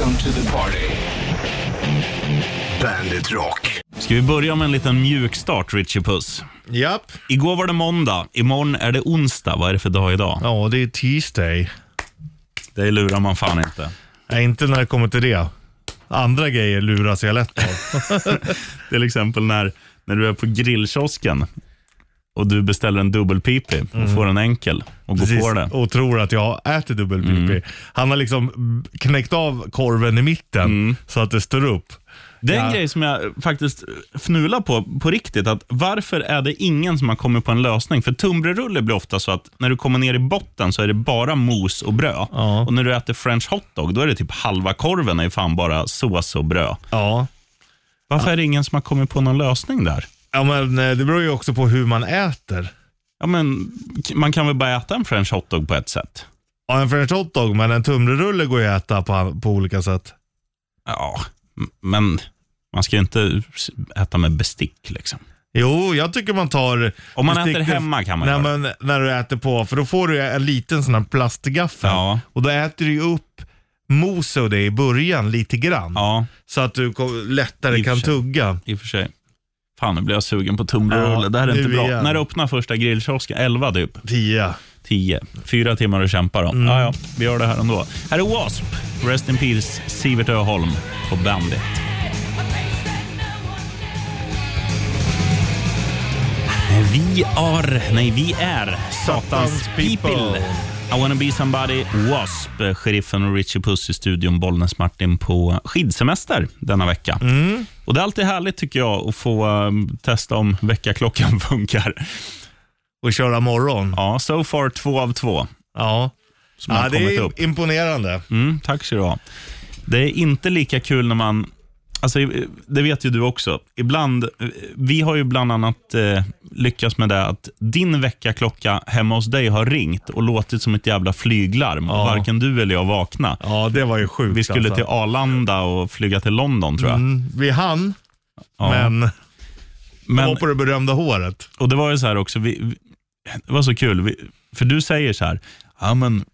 Welcome to the party. Bandit Rock. Ska vi börja med en liten mjukstart, Richie Puss? Japp. Igår var det måndag, imorgon är det onsdag. Vad är det för dag idag? Ja, det är tisdag. Det lurar man fan inte. Nej, inte när det kommer till det. Andra grejer luras jag lätt av. Till exempel när du är på grillkiosken och du beställer en dubbelpipi och får en enkel och går på det. Och tror att jag äter dubbelpipi. Han har liksom knäckt av korven i mitten så att det står upp. Det är en grej som jag faktiskt fnular på riktigt. Att varför är det ingen som har kommit på en lösning? För tunnbrödsrulle blir ofta så att när du kommer ner i botten så är det bara mos och bröd. Ja. Och när du äter french hotdog då är det typ halva korven är fan bara sås och bröd. Ja. Varför är det ingen som har kommit på någon lösning där? Ja, men det beror ju också på hur man äter. Ja, men man kan väl bara äta en french hotdog på ett sätt? Ja, en french hotdog, men en tunnbrödsrulle går ju att äta på olika sätt. Ja, men man ska ju inte äta med bestick liksom. Jo, jag tycker man tar... Om man äter hemma kan man göra. Men när du äter på, för då får du en liten sån här plastgaffel. Ja. Och då äter du ju upp mos och det i början lite grann. Ja. Så att du lättare kan tugga. I och för sig. Fan, nu blir jag sugen på tunnbrödsrulle. Ja, det här är inte bra. igen. När öppnar första grillkiosken? 11 typ. 10. 4 timmar att kämpa då. Ja, vi gör det här ändå. Här är W.A.S.P. Rest in peace, Sivert Öholm på Bandit. Vi är Satans people. I wanna be somebody. W.A.S.P. Sheriffen och Richie Puss i studion. Bollnäs Martin på skidsemester denna vecka. Och det är alltid härligt tycker jag att få testa om veckaklockan funkar. Och köra morgon. Ja, so far 2 av 2. Ja, det är imponerande. Tack så du ha. Det är inte lika kul när man... Alltså, det vet ju du också. Ibland, vi har ju bland annat lyckats med det att din veckaklocka hemma hos dig har ringt och låtit som ett jävla flyglarm. Och varken du eller jag vakna. Ja, det var ju sjukt. Vi skulle till Arlanda och flyga till London tror jag. Vi hann, men det var på det berömda håret. Och det var ju så här också, det var så kul. För du säger så här, ja men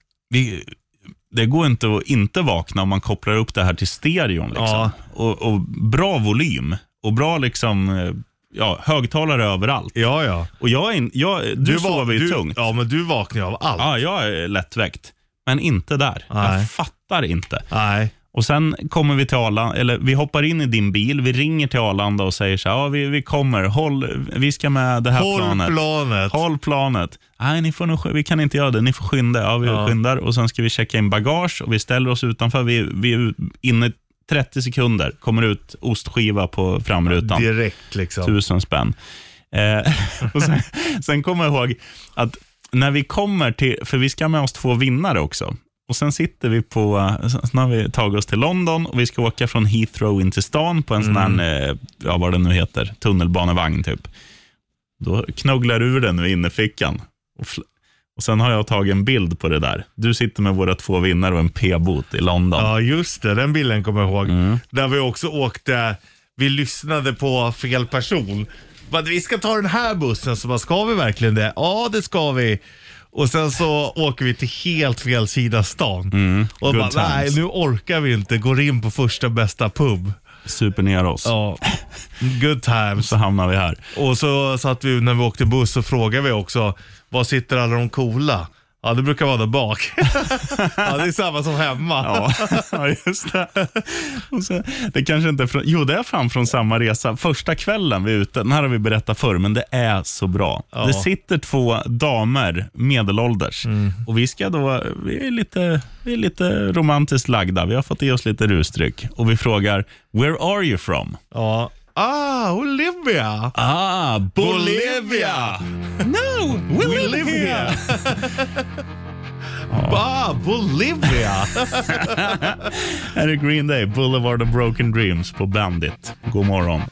det går inte att inte vakna om man kopplar upp det här till stereon liksom. Ja. Och bra volym och bra liksom högtalare överallt. Ja. Och du sover ju tungt. Ja, men du vaknar av allt. Ja, jag är lättväckt. Men inte där. Nej. Jag fattar inte. Nej. Och sen kommer vi till Arlanda, eller vi hoppar in i din bil, vi ringer till Arlanda och säger så här, vi kommer, vi ska med det här planet. Håll planet. Nej, vi kan inte göra det, ni får skynda. Ja, vi skyndar och sen ska vi checka in bagage och vi ställer oss utanför, vi är inne 30 sekunder, kommer ut ostskiva på framrutan. Direkt liksom. 1000 spänn. Och sen kommer jag ihåg att när vi kommer till, för vi ska med oss 2 vinnare också. Och sen sitter vi sen har vi tagit oss till London och vi ska åka från Heathrow in till stan på en sån här, vad det nu heter, tunnelbanevagn typ. Då knögglar ur den i innerfickan. Och sen har jag tagit en bild på det där. Du sitter med våra 2 vinnare och en p-bot i London. Ja, just det. Den bilden kommer jag ihåg. Där vi också åkte, vi lyssnade på fel person. Vi ska ta den här bussen, så ska vi verkligen det? Ja, det ska vi. Och sen så åker vi till helt fel sida stan. Och bara, nej, nu orkar vi inte. Går in på första bästa pub. Super ner oss. Ja, good times. Så hamnar vi här. Och så satt vi, när vi åkte buss, så frågade vi också, var sitter alla de coola? Ja, det brukar vara där bak. Ja, det är samma som hemma. Ja, just det. Och så, det kanske inte det är fan från samma resa. Första kvällen vi är ute, den här har vi berättat förr, men det är så bra. Ja. Det sitter 2 damer, medelålders. Och vi är lite romantiskt lagda. Vi har fått i oss lite rusdryck. Och vi frågar, where are you from? Ja. Olivia. Bolivia. No, we live here. Bolivia. Här är Green Day, Boulevard of Broken Dreams på Bandit. God morgon.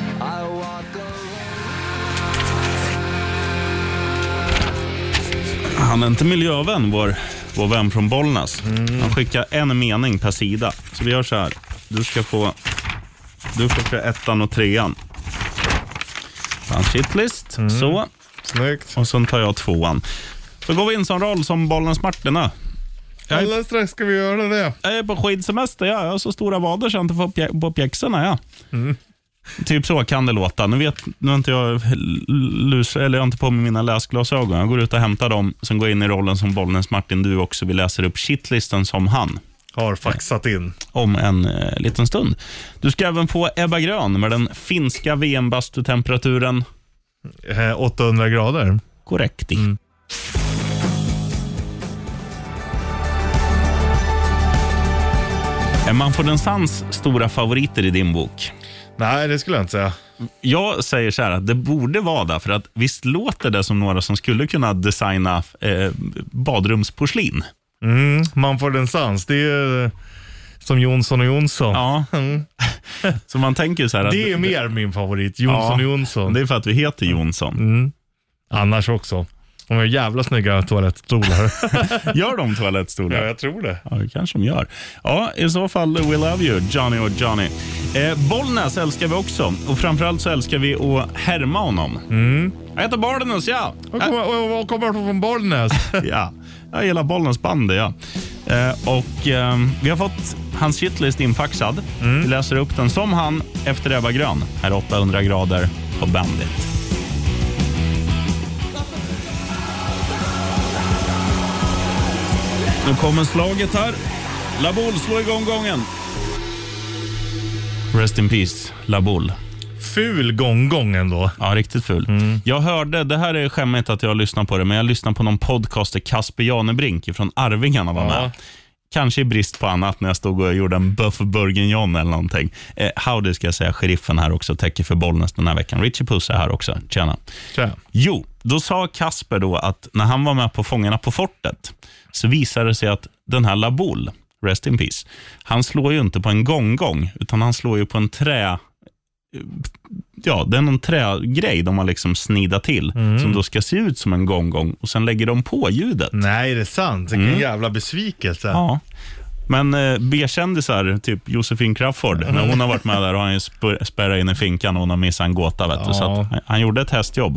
Han är inte miljövän, vår vän från Bollnäs. Han skickar en mening per sida. Så vi gör så här. Du ska få 1:an och 3:an. Shitlist. Så. Snyggt. Och sen tar jag 2:an. Så går vi in som roll som Bollnäs Martina. Alldeles strax ska vi göra det. Jag är på skidsemester, jag har så stora vader så jag inte får på pjäxorna, ja. Typ så kan det låta. Nu har inte jag jag har inte på mig mina läsglasögon. Jag går ut och hämtar dem, sen går jag in i rollen som Bollnäs Martin. Du också, vi läser upp shitlisten som han har faxat in om en liten stund. Du ska även få Ebba Grön med den finska VM-bastutemperaturen 800 grader. Korrekt. Är Manfred & Sons stora favoriter i din bok? Nej, det skulle jag inte säga. Jag säger så här att det borde vara där, för att visst låter det som några som skulle kunna designa badrumsporslin. Manfred & Sons, det är som Jonsson och Jonsson. Ja. Så man tänker så här att det är mer min favorit, Jonsson och Jonsson. Det är för att vi heter Jonsson. Annars också. De har jävla snygga toalettstolar. Gör de toalettstolar? Ja, jag tror det. Ja, det kanske de gör. Ja, i så fall We Love You, Johnny och Johnny. Bollnäs älskar vi också. Och framförallt så älskar vi att härma honom. Jag heter Bollnäs, ja. Vad kommer från Bollnäs? Ja, jag gillar Bollnäs bandy, ja. Vi har fått hans shitlist infaxad. Vi läser upp den som han efter Ebba Grön. Här 800 grader på Bandit. Nu kommer slaget här. La Boule, slå igång gången. Rest in peace, La Boule. Ful gång ändå. Ja, riktigt ful. Jag hörde, det här är skämmigt att jag lyssnar på det, men jag lyssnade på någon podcast där Kasper Janebrink från Arvingarna var med. Kanske i brist på annat när jag stod och gjorde en buff bourguignon eller någonting. Howdy ska jag säga, sheriffen här också, täcker för Bollnäs den här veckan. Richie Puss är här också, tjena. Jo, då sa Kasper då att när han var med på Fångarna på fortet så visade det sig att den här La Boule, rest in peace, han slår ju inte på en gånggång utan han slår ju på en trä. Ja, det är någon trägrej de har liksom snidat till som då ska se ut som en gånggång och sen lägger de på ljudet. Nej, det är sant. Vilken jävla besvikelse. Ja. Men B-kändisar, typ Josefin Crawford, när hon har varit med där har han ju spärrat in i finkan och hon har missat en gåta, vet du. Så att han gjorde ett hästjobb.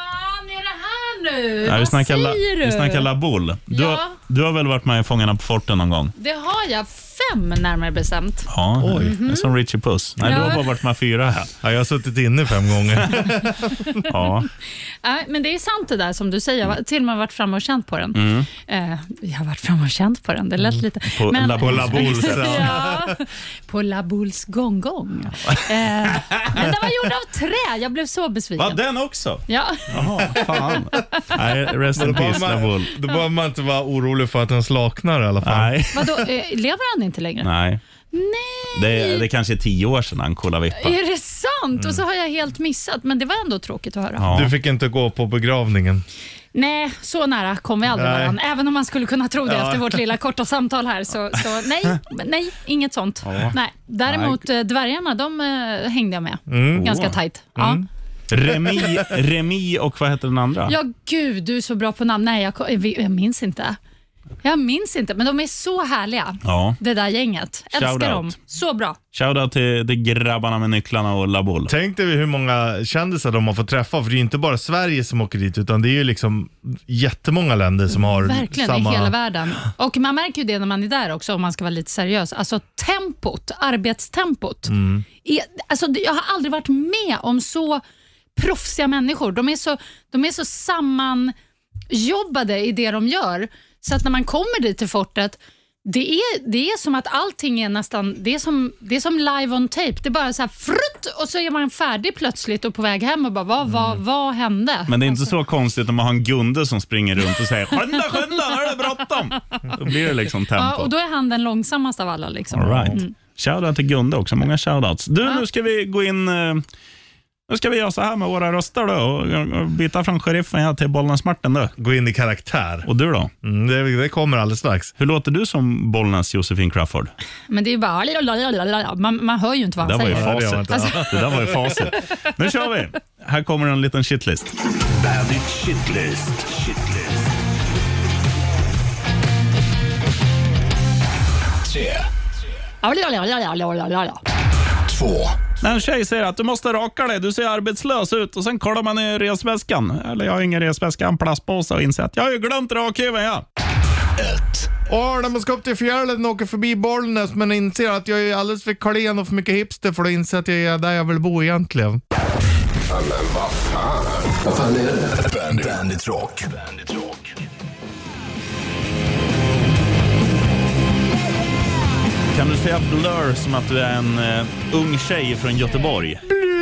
Nu. Ja, vad säger du? Vi snackar La Boule. Du har väl varit med i Fångarna på forten någon gång? Det har jag 5 närmare bestämt. Ja, som Richie Puss. Nej, du har bara varit med 4 här. Ja, jag har suttit inne 5 gånger. Ja. Men det är sant det där som du säger. Jag har till och med varit fram och känt på den. Jag har varit fram och känt på den. Det lät lite. På La Boules. Ja, på La Boules gånggång. Men den var gjord av trä. Jag blev så besviken. Var den också? Ja. Jaha, fan. Nej, rest in peace, La Boule. Då behöver man inte vara orolig för att den slaknar i alla fall. Nej. Vadå, lever han inte längre? Nej. Nej. Det är kanske 10 år sedan han kollade. Är det sant? Och så har jag helt missat. Men det var ändå tråkigt att höra. Ja. Du fick inte gå på begravningen. Nej, så nära kom vi aldrig varandra. Även om man skulle kunna tro det efter vårt lilla korta samtal här. Så nej, inget sånt. Ja. Nej. Däremot dvärgarna, de hängde jag med. Ganska tajt. Ja. Remi och vad heter den andra? Ja, gud, du är så bra på namn. Nej, jag minns inte. Men de är så härliga. Ja. Det där gänget. Älskar dem. Så bra. Shoutout till grabbarna med nycklarna och La Boule. Tänk dig hur många kändisar de har fått träffa. För det är inte bara Sverige som åker dit, utan det är ju liksom jättemånga länder som har verkligen samma... i hela världen. Och man märker ju det när man är där också, om man ska vara lite seriös. Alltså arbetstempot. Alltså, jag har aldrig varit med om så proffsiga människor. De är så sammanjobbade i det de gör. Så att när man kommer dit till fortet, det är som att allting är nästan, det är som live on tape. Det är bara så här frutt, och så är man färdig plötsligt och på väg hem och bara, vad hände? Men det är inte så konstigt om man har en Gunde som springer runt och säger skynda, nu är det bråttom. Då blir det liksom tempo. Ja, och då är han den långsammaste av alla liksom. All right. Shoutout till Gunde också, många shoutouts. Nu ska vi gå in... Nu ska vi göra så här med våra röster då och byta från sheriffen till Bollnäs Martin då. Gå in i karaktär. Och du då? Det kommer alldeles strax. Hur låter du som Bollnäs Josefin Crawford? Men det är ju bara... Man hör ju inte vad han säger. Det där var ju facit. Nu kör vi. Här kommer en liten shitlist. Bandit shitlist. 3 2 När en tjej säger att du måste raka dig, du ser arbetslös ut, och sen kollar man i resväskan. Eller jag har ingen resväska, en plastpåse, och inser att jag har ju glömt rakhyveln, ja. 1 När man ska upp till fjällen och åker förbi Bollnäs men inser att jag är alldeles för klen och för mycket hipster för att inse att jag är där jag vill bo egentligen. Men vad fan är det? Bandit Rock. Kan du säga Blur som att du är en ung tjej från Göteborg?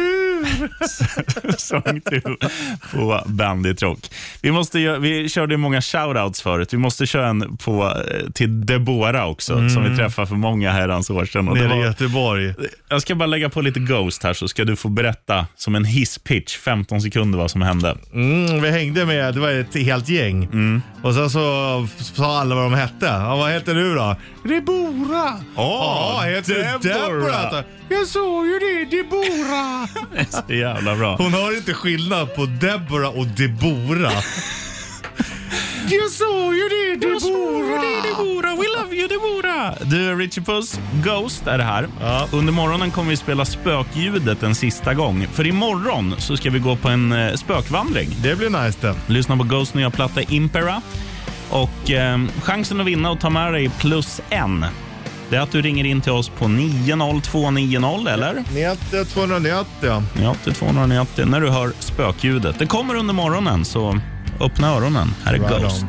Sång du på Bandit Rock. Vi körde ju många shoutouts förut. Vi måste köra en till Deborah också, som vi träffade för många herrans år sedan. Och Nere i Göteborg. Jag ska bara lägga på lite Ghost här, så ska du få berätta som en hisspitch 15 sekunder vad som hände. Vi hängde med, det var ett helt gäng. Och sen så sa alla vad de hette. Vad heter du då? Deborah. Heter Deborah. Jag såg ju det, Deborah. Det är jävla bra. Hon har inte skillnad på Deborah och Deborah. Jag såg ju det, Deborah. We love you, Deborah. Du, Richie Puss, Ghost är det här. Ja. Under morgonen kommer vi spela spökljudet en sista gång. För imorgon så ska vi gå på en spökvandring. Det blir nice det. Lyssna på Ghost nya platta Impera. Och chansen att vinna och ta med dig +1. Det är att du ringer in till oss på 90290, eller? 290, ja. 290 när du hör spökljudet. Det kommer under morgonen, så öppna öronen. Här är Right Ghost. on.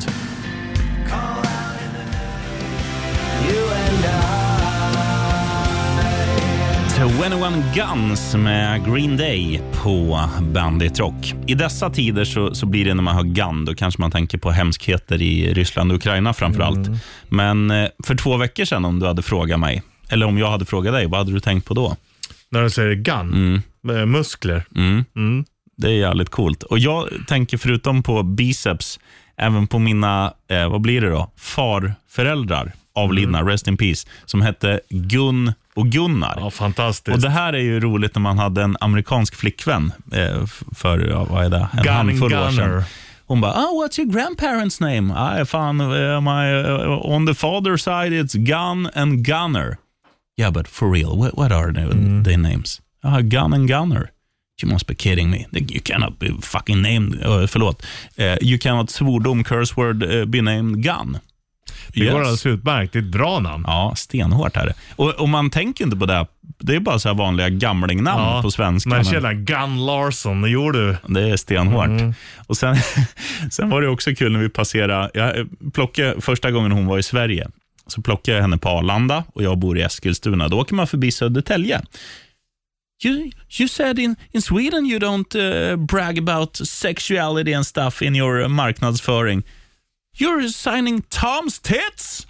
21 Guns med Green Day på Bandit Rock. I dessa tider så blir det, när man hör Gun, då kanske man tänker på hemskheter i Ryssland och Ukraina framförallt. Men för 2 veckor sedan, om du hade frågat mig, eller om jag hade frågat dig, vad hade du tänkt på då? När du säger gun, muskler. Det är jävligt coolt. Och jag tänker förutom på biceps även på mina, vad blir det då? Farföräldrar avlidna, rest in peace, som hette Gun och Gunnar. Ja, fantastiskt. Och det här är ju roligt när man hade en amerikansk flickvän för, vad är det? En handfull år sedan. Hon bara, what's your grandparents' name? I found on the father side it's Gun and Gunner. Yeah, but for real, what are their names? Gun and Gunner. You must be kidding me. You cannot be fucking named, förlåt. You cannot svordom curse word be named Gun. Det går alldeles utmärkt. Det är ett bra namn. Ja, stenhårt här. Och man tänker inte på det. Det är bara så här vanliga gamlingnamn på svenska. Men känner Gun Larsson, det gjorde du. Det är stenhårt. Och sen var det också kul när vi passerade. Jag plockade första gången hon var i Sverige. Så plockade jag henne på Arlanda och jag bor i Eskilstuna. Då åker man förbi Södertälje. You said in Sweden you don't brag about sexuality and stuff in your marknadsföring. You're signing Tom's tits?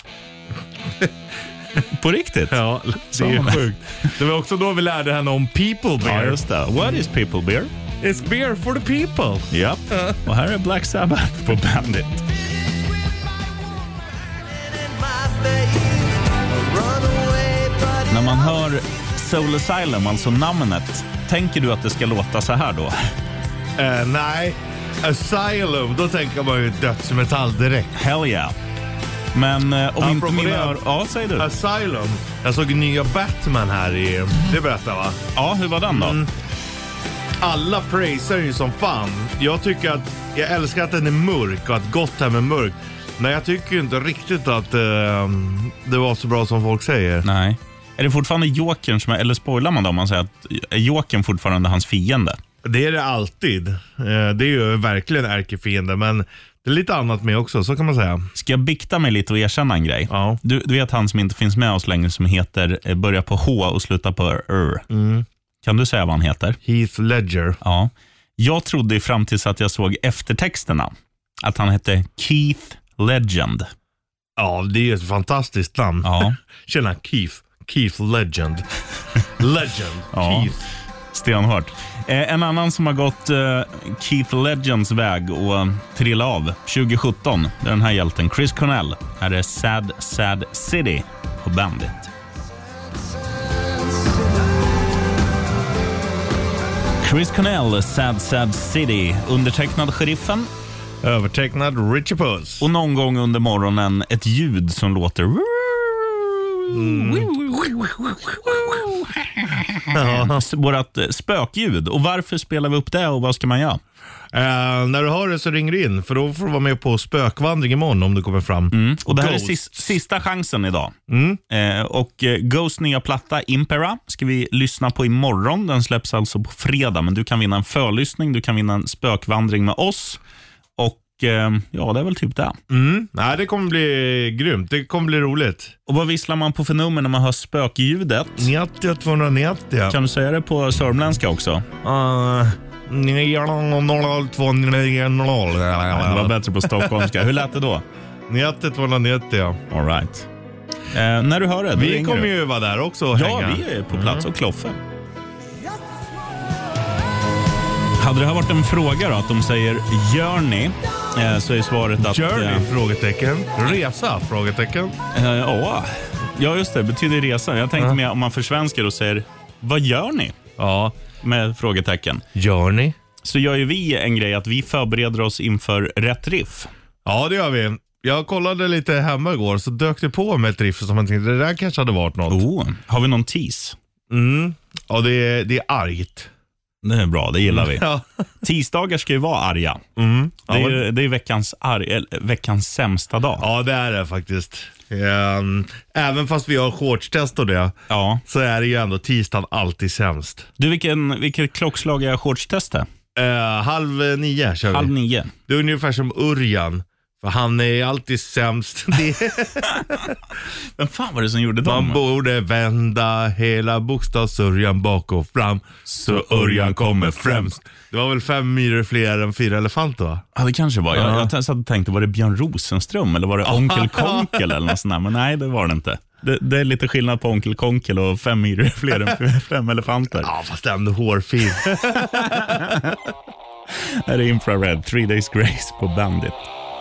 På riktigt? Ja, det är sjukt. Det var också då vi lärde henne om people beer. Ja, just det. What is people beer? It's beer for the people. Japp. Och här är Black Sabbath på Bandit. När man hör Soul Asylum, alltså namnet, tänker du att det ska låta så här då? Nej. Asylum, då tänker man ju dödsmetall direkt. Hell yeah. Men om inte mina... Ja, säger du. Asylum. Jag såg nya Batman här i... Det berättar va? Ja, hur var den då? Alla praisar ju som fan. Jag tycker att... Jag älskar att den är mörk och att gott här med mörk. Men jag tycker ju inte riktigt att det var så bra som folk säger. Nej. Är det fortfarande Jokern som är... Eller spoilar man då om man säger att är Jokern fortfarande hans fiende? Det är det alltid. Det är ju verkligen ärkefiende, men det är lite annat med också, så kan man säga. Ska jag bikta mig lite och erkänna en grej? Ja. Du vet han som inte finns med oss längre som heter, börjar på H och slutar på R. Kan du säga vad han heter? Heath Ledger. Ja. Jag trodde fram tills att jag såg eftertexterna att han hette Keith Legend. Ja, det är ju ett fantastiskt namn. Ja. Tjena, Keith Legend. Legend, ja. Keith. Stenhårt. En annan som har gått Keith Legends väg och trilla av 2017, det är den här hjälten Chris Cornell. Här är Sad Sad City på Bandit. Chris Cornell, Sad Sad City, undertecknad Sheriffen. Övertecknad Richie Puss. Och någon gång under morgonen ett ljud som låter Vårat spökljud. Och varför spelar vi upp det och vad ska man göra? När du hör det så ringer in, för då får du vara med på spökvandring imorgon om du kommer fram. Och det här är sista chansen idag. Och Ghosts nya platta Impera ska vi lyssna på imorgon. Den släpps alltså på fredag, men du kan vinna en förlyssning, du kan vinna en spökvandring med oss. Och ja, det är väl typ det. Nej, det kommer bli grymt. Det kommer bli roligt. Och vad visslar man på för nummer när man hör spökljudet? 90 290. Kan du säga det på sörmländska också? Det var bättre på stockholmska. Hur lät det då? 90 290. All right. När du hör det, vi kommer ju vara där också och hänga. Ja, vi är på plats och kloffe. Hade det här varit en fråga då, att de säger journey, så är svaret att... Journey, frågetecken. Resa, frågetecken. Ja, just det. Betyder resa. Jag tänkte mer om man försvenskar och säger, vad gör ni? Ja. Med frågetecken. Journey. Så gör ju vi en grej att vi förbereder oss inför rätt riff. Ja, det gör vi. Jag kollade lite hemma igår, så dök det på med ett riff som man tänkte, det där kanske hade varit något. Har vi någon tease? Ja, det är argt. Det är bra, det gillar vi. Ja. Tisdagar ska ju vara arga. Det är veckans sämsta dag. Ja, det är det faktiskt. Även fast vi har shortstest och det, så är det ju ändå tisdagen alltid sämst. Du, vilket klockslag är shortstestet? 8:30 kör vi. 8:30. Det är ungefär som Örjan. För han är alltid sämst. Vem fan var det som gjorde dem? Man borde vända hela bokstavsörjan bak och fram, så Örjan kommer främst. Det var väl 5 myror fler än 4 elefanter, va? Ja, det kanske var. Jag tänkte, var det Björn Rosenström eller var det Onkel Konkel eller något sånt där? Men nej, det var det inte. Det är lite skillnad på Onkel Konkel och 5 myror fler än 5 elefanter. Ja, fast det är ändå hårfint. Här är Infrared, 3 Days Grace på Bandit.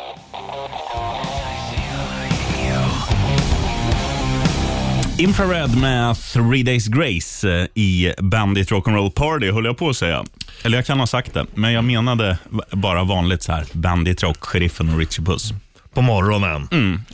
Infrared med 3 Days Grace i Bandit Rock'n'Roll Party, höll jag på att säga. Eller jag kan ha sagt det, men jag menade bara vanligt så här. Bandit Rock, Sheriffen och Richie Puss. På morgonen.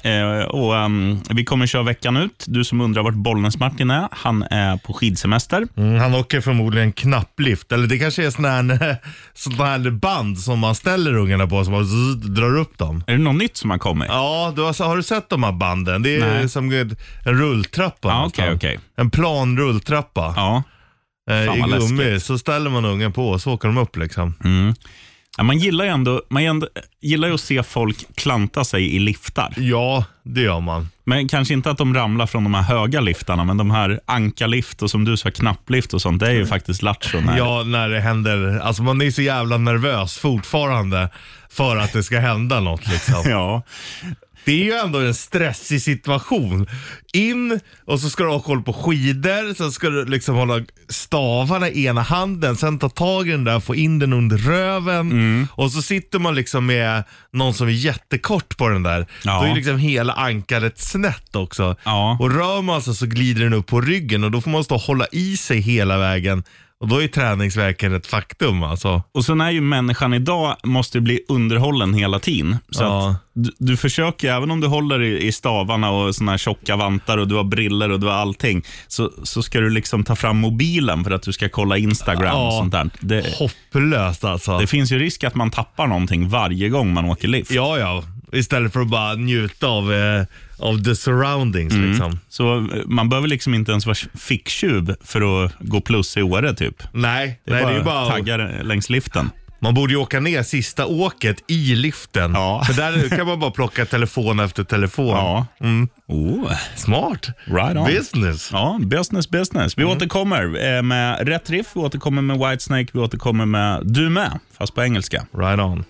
Vi kommer köra veckan ut. Du som undrar vart Bollnäs Martin är, han är på skidsemester. Han åker förmodligen knapplift. Eller det kanske är sån här band som man ställer ungarna på, som man drar upp dem. Är det något nytt som har kommit? Ja, har du sett de här banden? Det är som en rulltrappa. Okej. En plan rulltrappa. Ja. I gummi. Läskigt. Så ställer man ungen på och så åker de upp liksom. Ja, man gillar ju att se folk klanta sig i liftar. Ja, det gör man. Men kanske inte att de ramlar från de här höga liftarna, men de här ankalift och som du sa knapplift och sånt, det är ju faktiskt lattjo. Ja, när det händer. Alltså man är så jävla nervös fortfarande för att det ska hända något liksom. Ja. Det är ju ändå en stressig situation. In och så ska du ha koll på skidor. Sen ska du liksom hålla stavarna i ena handen. Sen ta tag i den där, få in den under röven. Och så sitter man liksom med någon som är jättekort på den där. Ja. Då är liksom hela ankaret snett också. Ja. Och rör man sig så glider den upp på ryggen. Och då får man stå och hålla i sig hela vägen. Och då är träningsverken ett faktum alltså. Och sen är ju människan idag måste bli underhållen hela tiden. Så att du försöker, även om du håller i stavarna och såna här tjocka vantar och du har briller och du har allting, så ska du liksom ta fram mobilen för att du ska kolla Instagram och sånt där. Hopplöst alltså. Det finns ju risk att man tappar någonting varje gång man åker lift. Ja. Istället för att bara njuta av the surroundings liksom. Så man behöver liksom inte ens vara ficktjuv för att gå plus i Åre typ. Nej, det är bara taggar längs liften. Man borde ju åka ner sista åket i liften. Ja. För där kan man bara plocka telefon efter telefon. Ja. Smart. Right on. Business. Ja, business. Vi återkommer med rätt riff, vi återkommer med Whitesnake, vi återkommer med Du med, fast på engelska. Right on.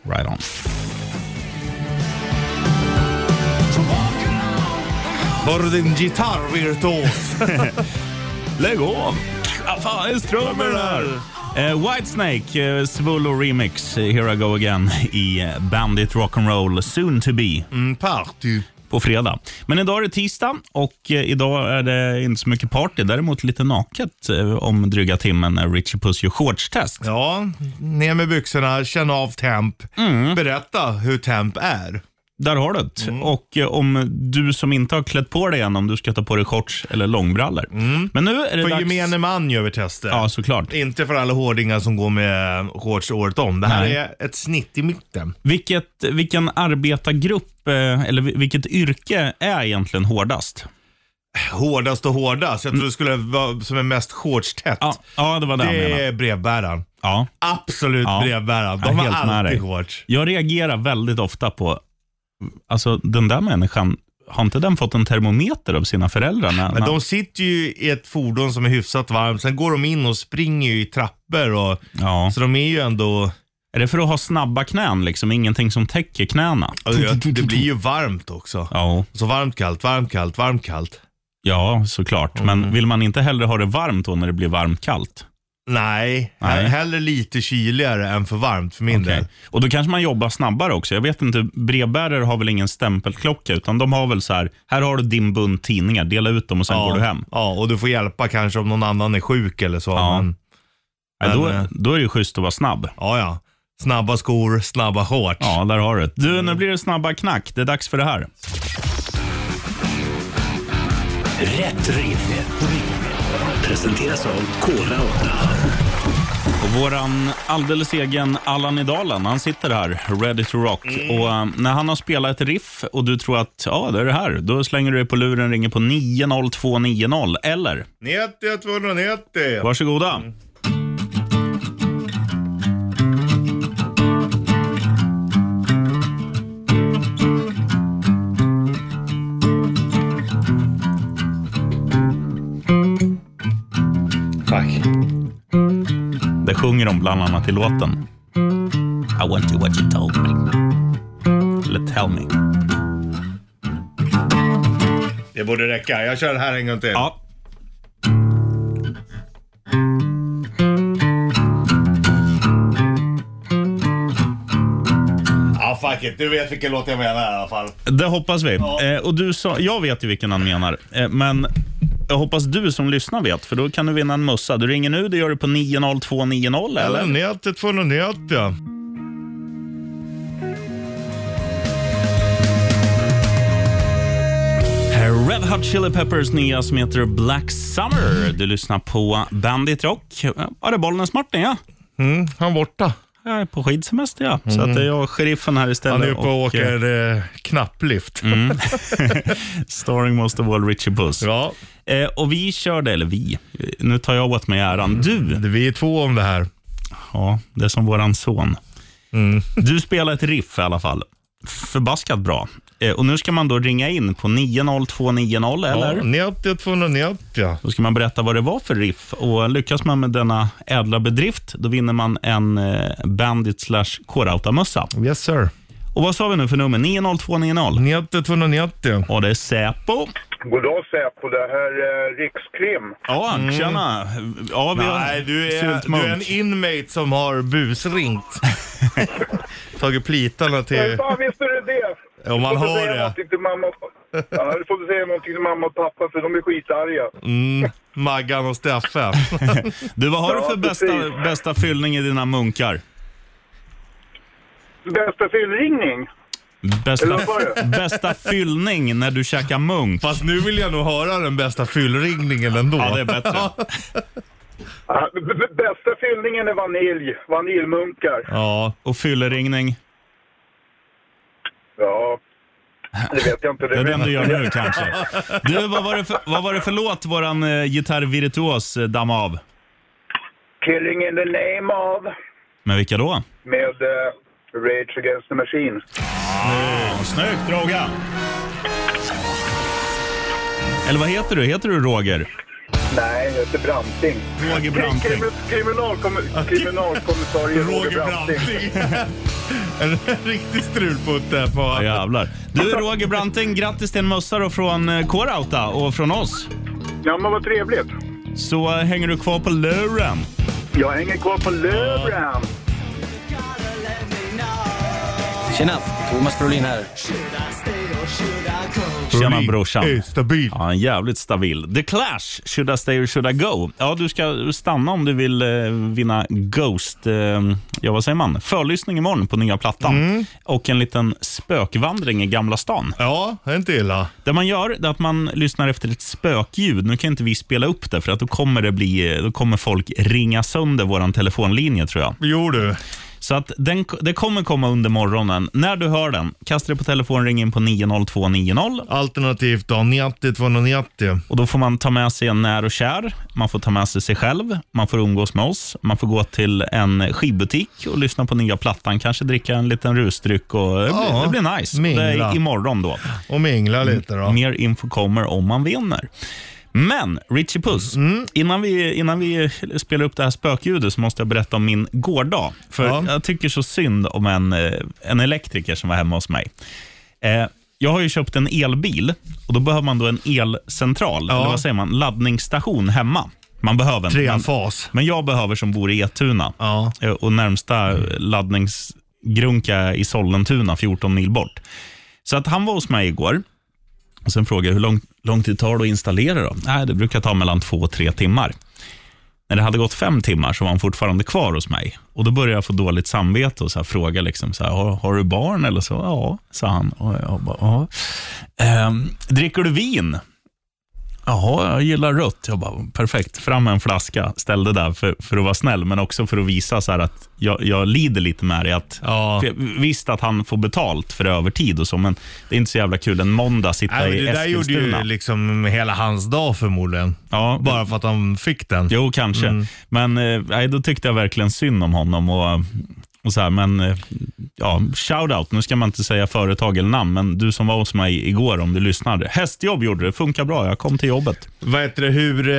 Var du din gitarrvirtuos? Lägg av. Fan, är strömmen här. Whitesnake, Svullo Remix, Here I Go Again i Bandit Rock'n'Roll Soon to be. Party. På fredag. Men idag är det tisdag och idag är det inte så mycket party. Däremot lite naket om dryga timmen när Richie Puss gör shortstest. Ja, ner med byxorna, känna av temp. Berätta hur temp är. Där har du det. Och om du som inte har klätt på dig än, om du ska ta på dig shorts eller långbrallor. Men nu är det för gemene man gör vi tester. Ja, såklart. Inte för alla hårdingar som går med shorts året om. Det här är ett snitt i mitten. Vilken arbetargrupp eller vilket yrke är egentligen hårdast? Hårdast och hårdast. Jag tror det skulle vara som är mest shortstätt. Ja, det var det jag menade. Det är brevbäraren. Ja. Absolut brevbäraren. De har alltid shorts. Jag reagerar väldigt ofta på, alltså den där människan, har inte den fått en termometer av sina föräldrar? Men de sitter ju i ett fordon som är hyfsat varmt. Sen går de in och springer ju i trappor. Och, så de är ju ändå... Är det för att ha snabba knän liksom? Ingenting som täcker knäna? Det blir ju varmt också. Ja. Så varmt, kallt. Ja, såklart. Men vill man inte hellre ha det varmt då när det blir varmt, kallt? Nej. Hellre lite kyligare än för varmt för min del. Och då kanske man jobbar snabbare också. Jag vet inte, brevbärare har väl ingen stämpelklocka, utan de har väl så här har du din bunt tidningar, dela ut dem och sen går du hem. Ja, och du får hjälpa kanske om någon annan är sjuk eller så. Ja. Men då är det ju schysst att vara snabb. Ja. Snabba skor, snabba shorts. Ja, där har du det. Du, nu blir det snabba knack. Det är dags för det här. Rätt riff. Presenteras av Kora 8. Och våran alldeles egen Allan i Dalen, han sitter här, ready to rock. Och när han har spelat ett riff och du tror att det är det här, då slänger du dig på luren, ringer på 90290 eller 90 290. Varsågoda. Det sjunger de bland annat i låten I want you what you told me. Eller tell me. Det borde räcka. Jag kör det här en gång till. Ja. Fuck it. Du vet vilken låt jag menar i alla fall. Det hoppas vi. Och du sa, jag vet ju vilken han menar. Men jag hoppas du som lyssnar vet, för då kan du vinna en mössa. Du ringer nu, det gör du på 90290 eller? 90 290. Red Hot Chili Peppers nya som heter Black Summer. Du lyssnar på Bandit Rock. Ja, det är Bollnäs Martin, ja. Han borta. Jag är på skidsemester, ja. Så att det är jag och sheriffen här istället. Han är på och åker knapplift. Starring most of all Richie Puss. Ja. Och vi körde, eller vi. Nu tar jag åt mig äran. Vi är två om det här. Ja, det är som våran son. Du spelar ett riff i alla fall. Förbaskat bra. Och nu ska man då ringa in på 90290 eller? 90 290. Då ska man berätta vad det var för riff. Och lyckas man med denna ädla bedrift, då vinner man en Bandit/Kårauta-mössa. Yes sir. Och vad sa vi nu för nummer? 90290? 90 290. Och det är Säpo. God dag Säpo, det här är Rikskrim. Ja, tjena. Ja, nej, du är en inmate som har busringt. Tagit plitarna till... Men fan, visst är det det? Ja, man hör det. Du får säga någonting till mamma och pappa, för de är skitarga. Maggan och Steffe. Du, vad har du för bästa fyllning i dina munkar? Bästa fyllringning? Bästa fyllning när du käkar munk. Fast nu vill jag nog höra den bästa fyllringningen ändå. Ja, det är bättre. Bästa fyllningen är vaniljmunkar. Ja, och fylleringning? Ja, det vet jag inte. Det är den du gör nu kanske. Du, vad var det för låt våran gitarrvirtuos damma av? Killing in the name of. Men vilka då? Med Rage Against the Machine. Snyggt, Droga. Eller vad heter du? Heter du Roger? Nej, jag heter Branting. Roger Branting. Kriminalkommissarie Roger Branting. En riktig strulputte på... Ja, jävlar. Du, Roger Branting, grattis till en mössa då från Kårauta och från oss. Ja, men vad trevligt. Så hänger du kvar på luren? Jag hänger kvar på luren. Tjena, Thomas Brolin här. Tjena brorsan. Stabil. Ja, jävligt stabil. The Clash, Should I Stay or Should I Go? Ja, du ska stanna om du vill vinna Ghost. Vad säger man? Förlyssning imorgon på nya plattan. Och en liten spökvandring i Gamla stan. Ja, det är inte illa. Det man gör är att man lyssnar efter ett spökljud. Nu kan inte vi spela upp det för att då kommer folk ringa sönder våran telefonlinje, tror jag. Jo du. Så att det kommer komma under morgonen. När du hör den, kasta dig på telefon, ring in på 90290. Alternativt då, 90-290. Och då får man ta med sig en när och kär. Man får ta med sig själv. Man får umgås med oss. Man får gå till en skivbutik och lyssna på nya plattan. Kanske dricka en liten rusdryck. Och det blir nice. Mingla. Det är imorgon då. Och mingla lite då. Mer info kommer om man vinner. Men, Richie Puss, innan vi spelar upp det här spökljudet så måste jag berätta om min gårdag. För jag tycker så synd om en elektriker som var hemma hos mig. Jag har ju köpt en elbil och då behöver man då en elcentral, eller vad säger man, laddningsstation hemma. Man behöver en. 3-fas. Men jag behöver som bor i Etuna. Och närmsta laddningsgrunka i Sollentuna, 14 mil bort. Så att han var hos mig igår. Och sen frågade jag hur lång tid tar det att installera då? Nej, det brukar ta mellan 2 och 3 timmar. När det hade gått 5 timmar så var han fortfarande kvar hos mig. Och då började jag få dåligt samvete och så här fråga liksom så här, har du barn eller så? Ja, sa han. Och jag bara, ja. Dricker du vin? Jaha, jag gillar rött. Jag bara, perfekt. Fram en flaska. Ställde där för att vara snäll. Men också för att visa så här att jag lider lite med det. Visst att han får betalt för övertid och så. Men det är inte så jävla kul en måndag sitta i Eskilstuna. Det där gjorde ju liksom hela hans dag förmodligen. Ja, bara för att han fick den. Jo, kanske. Men då tyckte jag verkligen synd om honom. Och så här, men shoutout, nu ska man inte säga företag eller namn, men du som var hos mig igår, om du lyssnade, hästjobb gjorde det, funkar bra, jag kom till jobbet. Vad heter det,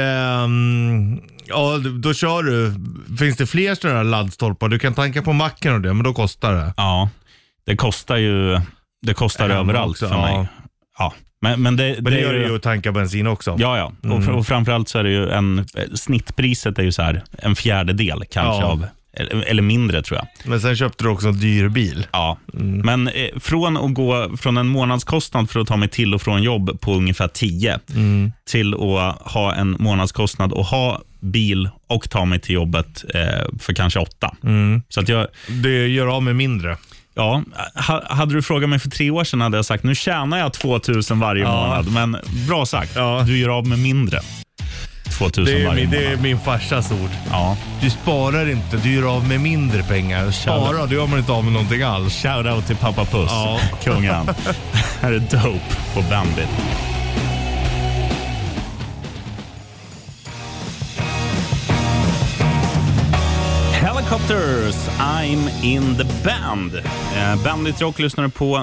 då kör du, finns det fler sådana här laddstolpar, du kan tanka på macken och det, men då kostar det. Ja, det kostar överallt också, för mig. Ja. Men det gör det ju att tanka bensin också. Ja. Och framförallt så är det ju snittpriset är ju så här en fjärdedel kanske av, eller mindre tror jag. Men sen köpte du också en dyr bil. Ja, men från att gå från en månadskostnad för att ta mig till och från jobb på ungefär 10 till att ha en månadskostnad och ha bil och ta mig till jobbet för kanske 8. Så att det gör av med mindre. Ja, hade du frågat mig för 3 år sedan hade jag sagt, nu tjänar jag 2000 varje månad. Men bra sagt, du gör av med mindre. 2000 varje månad. Det är min farsas ord. Ja. Du sparar inte, du gör av med mindre pengar. Spara, då gör man inte av med någonting alls. Shoutout till pappa Puss, kungen. Här är Dope på Bandit. Helicopters, I'm in the band. Bandit Rock lyssnar på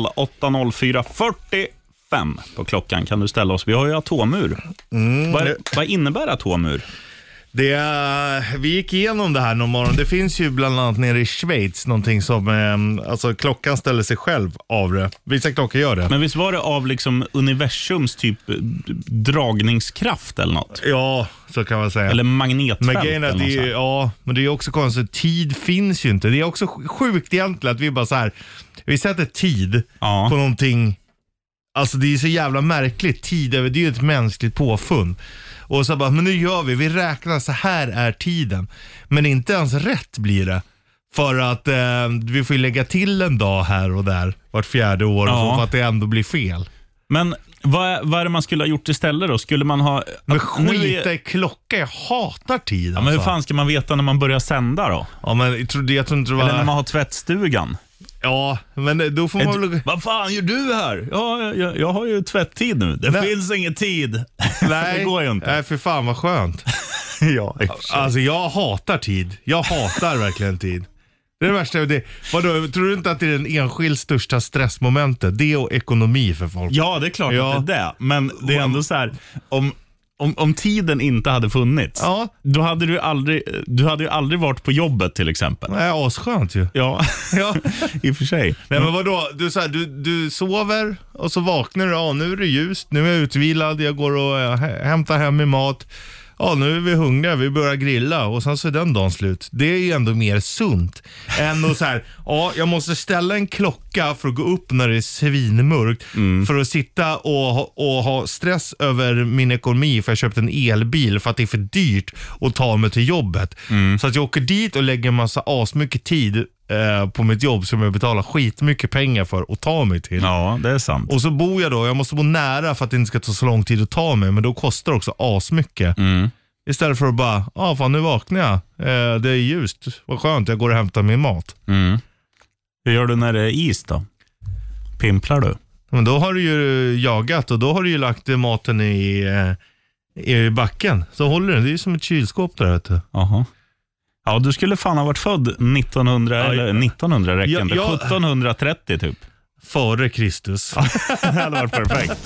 080445 på klockan. Kan du ställa oss? Vi har ju atomur. Vad innebär atomur? Vi gick igenom det här någon morgon. Det finns ju bland annat nere i Schweiz någonting som, alltså klockan ställer sig själv av det. Vissa klockor gör det. Men visst var det av liksom universums typ dragningskraft eller något? Ja, så kan man säga. Eller magnetfält. Men det är också konstigt. Tid finns ju inte. Det är också sjukt egentligen att vi bara så här, vi sätter tid på någonting. Alltså det är så jävla märkligt. Tid, det är ju ett mänskligt påfund. Och så bara, men nu gör vi räknar, så här är tiden. Men inte ens rätt blir det. För att vi får lägga till en dag här och där vart 4:e år och så, för att det ändå blir fel. Men vad är det man skulle ha gjort istället då? Skulle man ha... Men skita i klocka, jag hatar tid. Ja, men hur fan ska man veta när man börjar sända då? Ja, men jag tror inte det var... Eller när man har tvättstugan. Ja, men då får man väl... Vad fan gör du här? Ja, jag har ju tvätttid nu. Det finns ingen tid. Nej, det går ju inte. Nej, för fan vad skönt. Ja, alltså jag hatar tid. Jag hatar verkligen tid. Det är det värsta. Vadå, tror du inte att det är den enskilt största stressmomentet? Det och ekonomi för folk. Ja, det är klart att det är det. Men det är ändå så här, om tiden inte hade funnits, då hade du hade ju aldrig varit på jobbet till exempel. Nej, asskönt ju. Ja, i och för sig. Nej, men vadå? Du sover och så vaknar du. Ja, nu är det ljust. Nu är jag utvilad. Jag går och hämtar hem i mat. nu är vi hungriga, vi börjar grilla och sen så är den dagen slut. Det är ju ändå mer sunt än att så här, jag måste ställa en klocka för att gå upp när det är svinmörkt för att sitta och ha stress över min ekonomi för jag köpte en elbil för att det är för dyrt att ta mig till jobbet. Så att jag åker dit och lägger en massa asmycket tid på mitt jobb som jag betalar skitmycket pengar för att ta mig till. Ja, det är sant. Och så bor jag måste bo nära för att det inte ska ta så lång tid att ta mig, men då kostar det också asmycket. Istället för att bara, fan nu vaknar jag. Det är ljust, vad skönt, jag går och hämtar min mat. Hur gör du när det är is då? Pimplar du? Men då har du ju jagat och då har du ju lagt maten i backen. Så håller den, det är ju som ett kylskåp där, vet du. Jaha. Ja, du skulle fan ha varit född 1900 eller 1900 räcker inte. 1730 typ. Före Kristus. Det hade varit perfekt.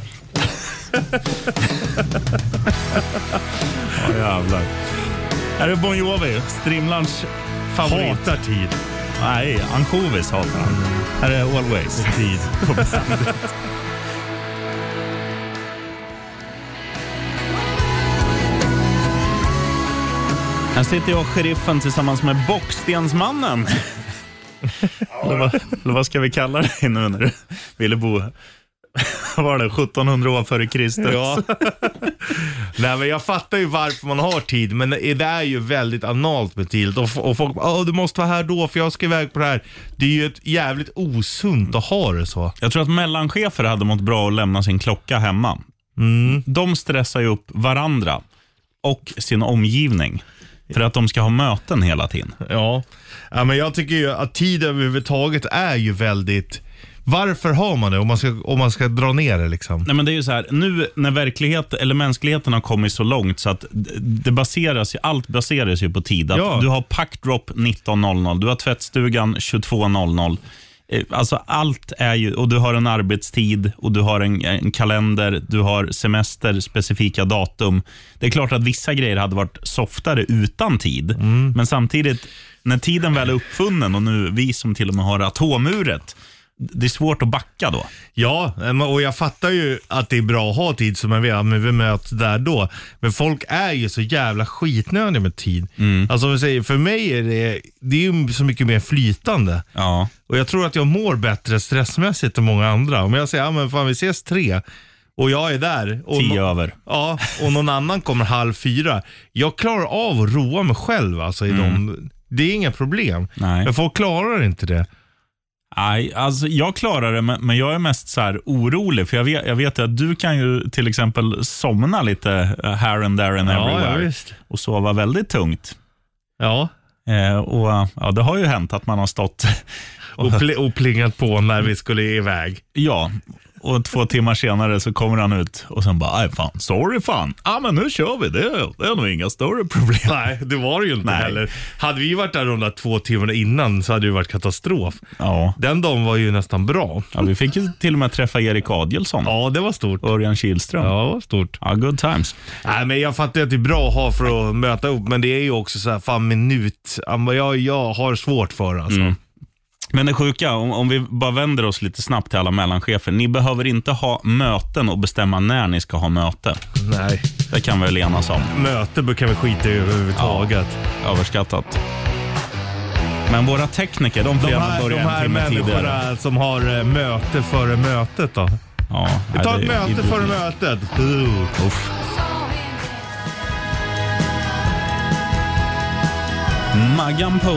Ja, jävlar. Här är Bon Jovi, Strimlans favorit. Hatar tid. Nej, ansjovis hatar han. Här är Always. Tid. På bandet. Här sitter jag och sheriffen tillsammans med Bockstensmannen. eller vad ska vi kalla dig nu när du ville bo? Var det 1700 år före Kristus? Ja. Nej, men jag fattar ju varför man har tid, men det är ju väldigt analt med tid. Och folk, du måste vara här då för jag ska iväg på det här. Det är ju ett jävligt osunt att ha det så. Jag tror att mellanchefer hade mått bra att lämna sin klocka hemma. De stressar ju upp varandra och sin omgivning för att de ska ha möten hela tiden. Ja, men jag tycker ju att tid överhuvudtaget är ju väldigt... Varför har man det om man ska dra ner det liksom? Nej, men det är ju så här, nu när mänskligheten har kommit så långt så att allt baseras ju på tid. Att du har packdrop 19.00, du har tvättstugan 22.00. Alltså allt är ju, och du har en arbetstid och du har en kalender, du har semester, specifika datum. Det är klart att vissa grejer hade varit softare utan tid. Men samtidigt, när tiden väl är uppfunnen och nu vi som till och med har atomuret, det är svårt att backa då. Ja, och jag fattar ju att det är bra att ha tid som man vet, men vi möts där då. Men folk är ju så jävla skitnödiga med tid. Alltså om vi säger, för mig är det är ju så mycket mer flytande. Ja. Och jag tror att jag mår bättre stressmässigt än många andra. Om jag säger, men fan vi ses 3 och jag är där. Och 10 över. Ja, och någon annan kommer 3:30. Jag klarar av att roa mig själv alltså i dem. Det är inga problem. Nej. Men folk klarar inte det. Nej, alltså jag klarar det, men jag är mest så här orolig för jag vet att du kan ju till exempel somna lite here and there and everywhere och sova väldigt tungt. Ja. Och det har ju hänt att man har stått och plingat på när vi skulle iväg. Ja. Och 2 timmar senare så kommer han ut och sen bara, sorry fan. Men nu kör vi, det är nog inga större problem. Nej, det var det ju inte heller. Hade vi varit där de där 2 timmarna innan så hade det varit katastrof. Ja. Den dagen var ju nästan bra. Ja, vi fick ju till och med träffa Erik Adielsson. Ja, det var stort. Örjan Kihlström. Ja, det var stort. Ja, good times. Nej, men jag fattar att det är bra att ha för att möta upp, men det är ju också så här, fan minut. Jag har svårt för alltså. Men det sjuka, om vi bara vänder oss lite snabbt till alla mellanchefer. Ni behöver inte ha möten och bestämma när ni ska ha möte. Nej. Det kan vi väl enas om. Möte kan vi skita i överhuvudtaget. Ja, överskattat. Men våra tekniker, de får gärna börja en timme tidigare. De här människorna som har möte före mötet då. Ja, vi tar ett möte före mötet. Uff. Maggan på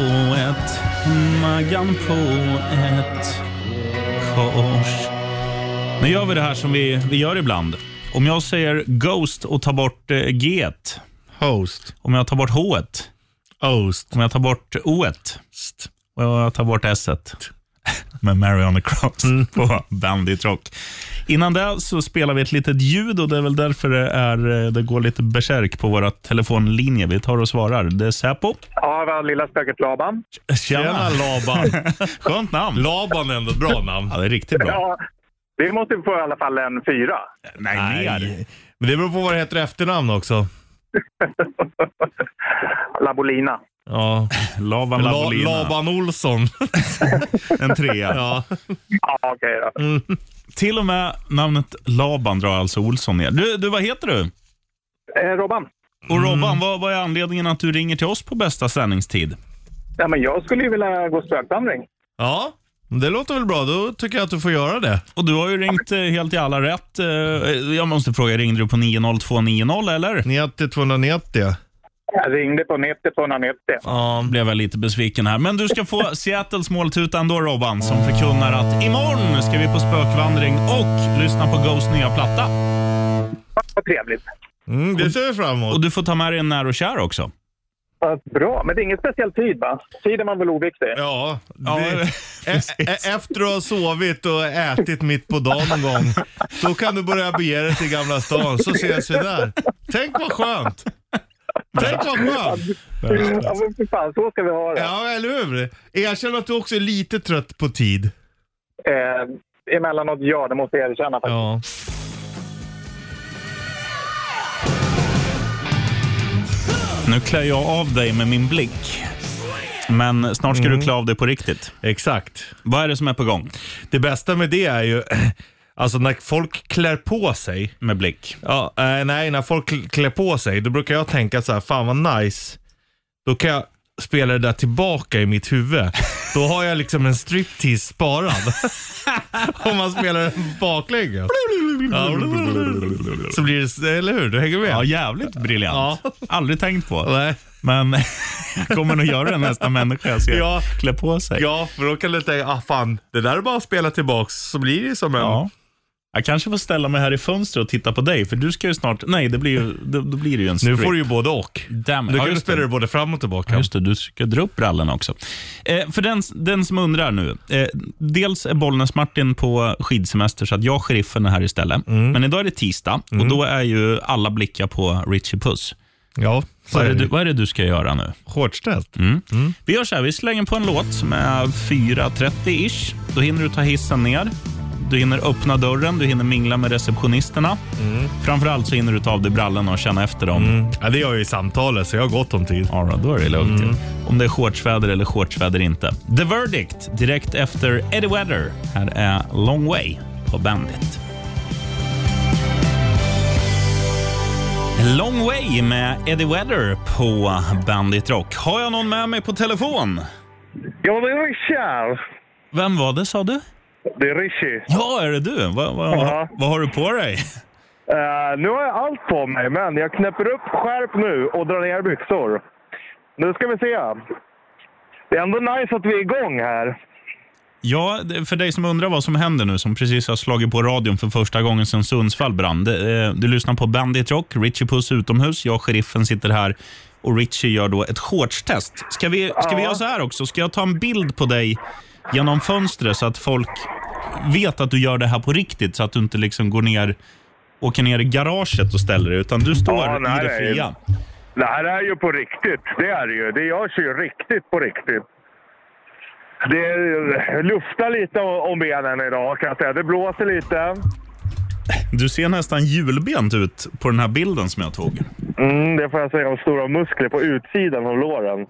ett kors. Nu gör vi det här som vi gör ibland. Om jag säger ghost och tar bort G-et. Host. Om jag tar bort H-et. Host. Om jag tar bort O-et. Och jag tar bort S-et. Med Mary on the Cross på Bandit Rock. Innan det så spelar vi ett litet ljud och det är väl därför det går lite berserk på våra telefonlinjer. Vi tar och svarar. Det är Säpo. Ja, det var lilla spöket Laban. Tjena Laban. Skönt namn. Laban är ändå ett bra namn. Ja, det är riktigt bra. Ja, vi måste få i alla fall en 4. Nej. Men det beror på vad det heter efternamn också. Labolina. Ja. Laban Olsson. En 3. Ja, okej då. Till och med namnet Laban drar alltså Olsson ner. Du, vad heter du? Robban. Och Robban, vad är anledningen att du ringer till oss på bästa sändningstid? Ja, men jag skulle ju vilja gå spökvandring. Ja, det låter väl bra. Då tycker jag att du får göra det. Och du har ju ringt helt i alla rätt. Jag måste fråga, ringde du på 90290 eller? 90-290. Jag ringde på 90-290. Ja, blev jag lite besviken här. Men du ska få Seattles måltuta ändå, Robban, som förkunnar att imorgon ska vi på spökvandring och lyssna på Ghosts nya platta. Vad trevligt. Det ser vi fram emot. Och du får ta med dig en när och kär också. Bra, men det är ingen speciell tid, va? Tid är man väl oviktig. Ja, efter att ha sovit och ätit mitt på dagen någon gång, då kan du börja bege dig till Gamla stan, så ses vi där. Tänk vad skönt. Tänk vad skönt. Ja, men för fan, så ska vi ha det. Ja, eller hur? Erkänn att du också är lite trött på tid. Emellanåt, ja, det måste jag erkänna faktiskt. Ja. Nu klär jag av dig med min blick. Men snart ska du klä av dig på riktigt. Exakt. Vad är det som är på gång? Det bästa med det är ju alltså när folk klär på sig med blick. Ja, när folk klär på sig, då brukar jag tänka så här, fan vad nice. Då kan jag spela det där tillbaka i mitt huvud. Då har jag liksom en striptease sparad. Om man spelar den baklänges. Så blir det, eller hur? Du hänger med? Ja, jävligt briljant. Ja. Aldrig tänkt på. Nej. Men jag kommer nog göra det nästa människa jag ser klä på sig. Ja, för då kan du tänka, fan, det där är bara att spela tillbaks, så blir det som en... Ja. Jag kanske får ställa mig här i fönstret och titta på dig, för du ska ju snart... Nej, då blir det ju en strip. Nu får du ju både och. Damn. Du kan ju spela det både fram och tillbaka. Just det, du ska dra upp brallen också. För den som undrar nu. Dels är Bollnäs Martin på skidsemester, så att jag och sheriffen är här istället. Men idag är det tisdag och då är ju alla blickar på Richie Puss. Ja, vad är det du ska göra nu? Hårdställt. Vi gör så här, vi slänger på en låt som är 4:30-ish. Då hinner du ta hissen ner. Du hinner öppna dörren, du hinner mingla med receptionisterna. Framförallt så hinner du ta av dig brallan och känna efter dem. Ja, det gör jag i samtalet, så jag har gott om tid. Ja, då är det lugnt. Om det är shortsväder eller shortsväder inte. The Verdict, direkt efter Eddie Vedder. Här är Long Way på Bandit. Long Way med Eddie Vedder på Bandit Rock. Har jag någon med mig på telefon? Ja, det är Richard. Vem var det, sa du? Det är Richie. Ja, är det du? Vad har du på dig? Nu har jag allt på mig, men jag knäpper upp skärp nu och drar ner byxor. Nu ska vi se. Det är ändå nice att vi är igång här. Ja, för dig som undrar vad som händer nu, som precis har slagit på radion för första gången sedan Sundsvall brann. Du lyssnar på Bandit Rock, Richie Puss utomhus. Jag och sheriffen sitter här och Richie gör då ett shortstest. Ska vi göra så här också? Ska jag ta en bild på dig genom fönstret så att folk vet att du gör det här på riktigt, så att du inte liksom åker ner i garaget och ställer dig, utan du står i det fria. Det här är ju på riktigt, det är det ju. Det görs ju riktigt på riktigt. Det luftar lite om benen idag, kan jag säga. Det blåser lite. Du ser nästan julbent ut på den här bilden som jag tog. Det får jag säga, om stora muskler på utsidan av låren.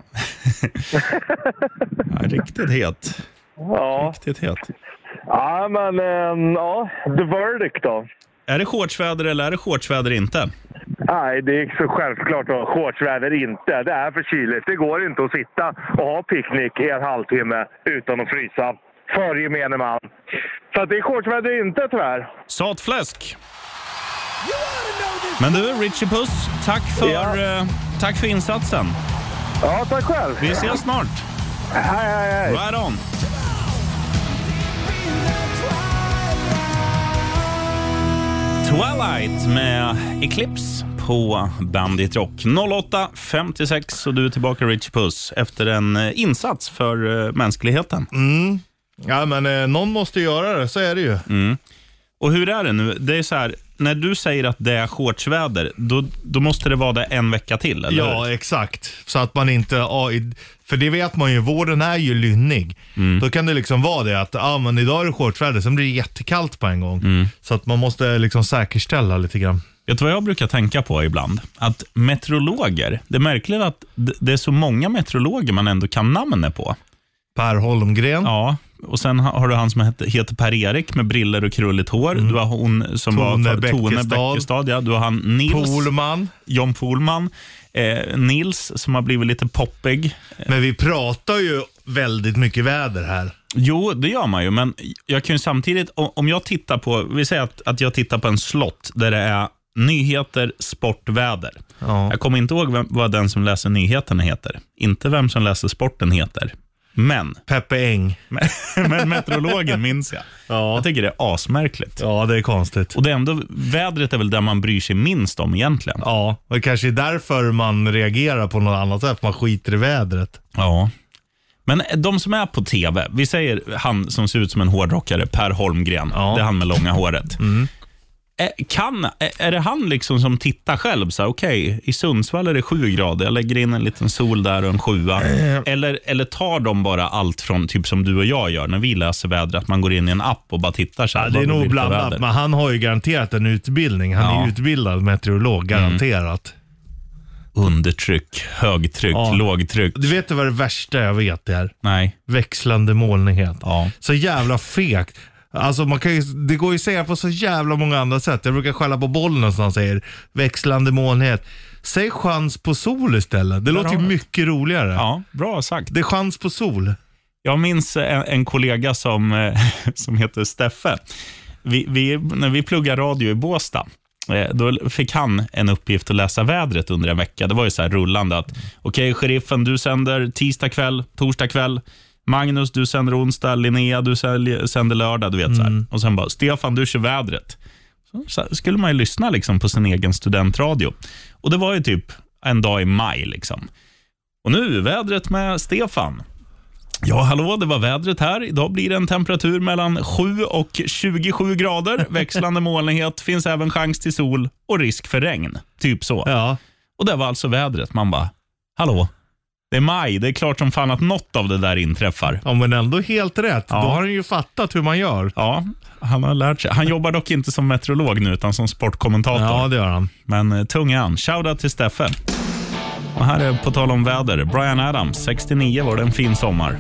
Ja, riktigt het. Ja. Riktigt het. Ja, men The Verdict då. Är det shortsväder eller är det shortsväder inte? Nej, det är så självklart att shortsväder inte. Det är för kyligt. Det går inte att sitta och ha picknick i en halvtimme utan att frysa. För gemene man. Så att det är shortsväder inte, tyvärr. Satfläsk. Men du, Richie Puss, tack för insatsen. Ja, tack själv. Vi ses snart. Hej. Right on. Twilight med Eclipse på Bandit Rock. 08:56 och du är tillbaka, Richie Puss, efter en insats för mänskligheten. Ja, men någon måste göra det, så är det ju. Och hur är det nu? Det är så här, när du säger att det är shortsväder, då måste det vara det en vecka till, eller? Ja, exakt. Så att man inte... För det vet man ju, vården är ju lynnig. Då kan det liksom vara det att men idag är det shortsväder, sen blir det jättekallt på en gång. Så att man måste liksom säkerställa lite grann. Vet du vad jag brukar tänka på ibland? Att meteorologer, det är märkligt att det är så många meteorologer man ändå kan namnen på. Per Holmgren. Ja, Och sen har du han som heter Per-Erik med briller och krulligt hår. Du har hon som var Tone Bäckestad. Ja. Du har han Nils. John Pohlman. Nils som har blivit lite poppig. Men vi pratar ju väldigt mycket väder här. Jo, det gör man ju. Men jag kan ju samtidigt, om jag tittar på, vi säger att jag tittar på en slott där det är nyheter, sport, väder. Ja. Jag kommer inte ihåg vad den som läser nyheterna heter. Inte vem som läser sporten heter. Men Peppe Eng. Men meteorologen minns jag. Ja. Jag tycker det är asmärkligt. Ja, det är konstigt. Och det är ändå, vädret är väl det man bryr sig minst om egentligen. Ja, och kanske är därför man reagerar på något annat sätt. Man skiter i vädret. Ja. Men de som är på tv, vi säger han som ser ut som en hårdrockare, Per Holmgren. Ja. Det är han med långa håret. Är det han liksom som tittar själv så okej, i Sundsvall är det 7 grader, jag lägger in en liten sol där och en 7. Eller tar de bara allt från typ som du och jag gör när vi läser vädret, att man går in i en app och bara tittar så här. Ja, det är nog blandat, men han har ju garanterat en utbildning. Han är utbildad meteorolog, garanterat. Undertryck, högtryck, lågtryck. Du vet vad det värsta jag vet är? Nej. Växlande molnighet. Ja. Så jävla fegt. Alltså det går ju att säga på så jävla många andra sätt. Jag brukar skälla på bollen när han säger växlande molnighet. Säg chans på sol istället. Det låter ju mycket roligare. Ja, bra sagt. Det är chans på sol. Jag minns en kollega som heter Steffe. När vi pluggar radio i Båstad, då fick han en uppgift att läsa vädret under en vecka. Det var ju så här rullande att okej, sheriffen, du sänder tisdag kväll, torsdag kväll. Magnus, du sänder onsdag. Linnea, du sänder lördag, du vet så här. Och sen bara, Stefan, du kör vädret. Så skulle man ju lyssna liksom på sin egen studentradio. Och det var ju typ en dag i maj liksom. Och nu, vädret med Stefan. Ja, hallå, det var vädret här. Idag blir det en temperatur mellan 7 och 27 grader. Växlande molnighet, finns även chans till sol och risk för regn. Typ så. Ja. Och det var alltså vädret. Man bara, hallå, det är maj. Det är klart som fan att något av det där inträffar. Ja, men ändå helt rätt. Ja. Då har han ju fattat hur man gör. Ja, han har lärt sig. Han jobbar dock inte som meteorolog nu utan som sportkommentator. Ja, det gör han. Men tung är han. Shoutout till Steffe. Och här är på tal om väder. Bryan Adams, 69 var det en fin sommar.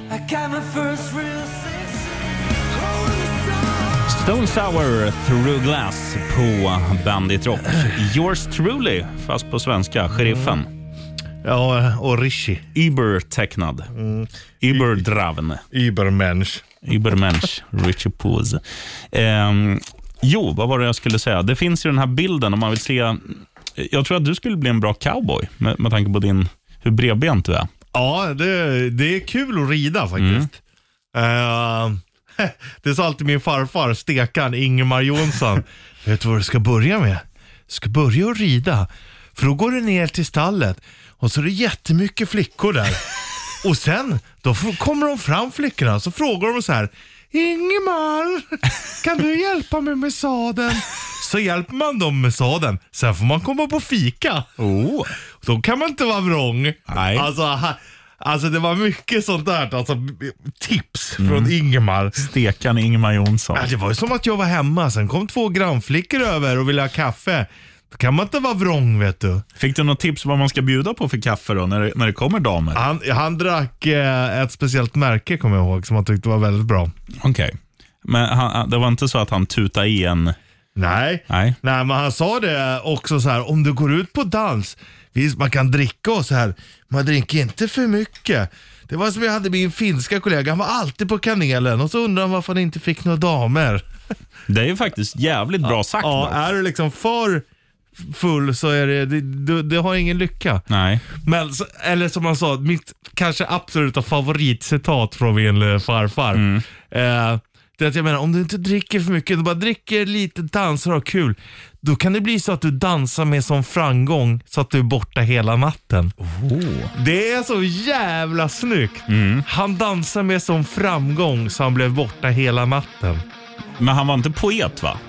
Stone Sour Through Glass på Bandit Rock. Yours truly, fast på svenska, sheriffen. Ja, och Rishi. Übertecknad. Überdravn. Übermensch. Richie Puss. Jo, vad var det jag skulle säga? Det finns ju den här bilden om man vill se. Jag tror att du skulle bli en bra cowboy med tanke på hur bredbent du är. Ja, det är kul att rida faktiskt. Det sa alltid min farfar, stekan Ingemar Jonsson. Vet du vad du ska börja med? Du ska börja att rida. För då går du ner till stallet och så är det jättemycket flickor där. Och sen, då kommer de fram flickorna så frågar de så här: Ingemar, kan du hjälpa mig med sadeln? Så hjälper man dem med sadeln. Sen får man komma på fika. Då kan man inte vara vrång. Nej. Alltså det var mycket sånt där, alltså tips från Ingemar. Stekan Ingemar Jonsson. Det var ju som att jag var hemma. Sen kom 2 grannflickor över och ville ha kaffe. Då kan man inte vara vrång, vet du. Fick du något tips vad man ska bjuda på för kaffe då när det kommer damer? Han drack ett speciellt märke, kommer jag ihåg, som han tyckte var väldigt bra. Okej. Men det var inte så att han tutade i en... Nej, men han sa det också så här: om du går ut på dans, visst man kan dricka och så här, man dricker inte för mycket. Det var som jag hade min finska kollega, han var alltid på kanelen och så undrar han varför han inte fick några damer. Det är ju faktiskt jävligt bra sagt. Ja, är du liksom för full så är det har ingen lycka. Nej. Men, eller som man sa, mitt kanske absoluta favoritcitat från min farfar. Det är att jag menar, om du inte dricker för mycket, du bara dricker lite, dansar och har kul, då kan det bli så att du dansar med sån framgång så att du är borta hela natten. Det är så jävla snyggt. Han dansar med sån framgång så han blev borta hela natten. Men han var inte poet, va?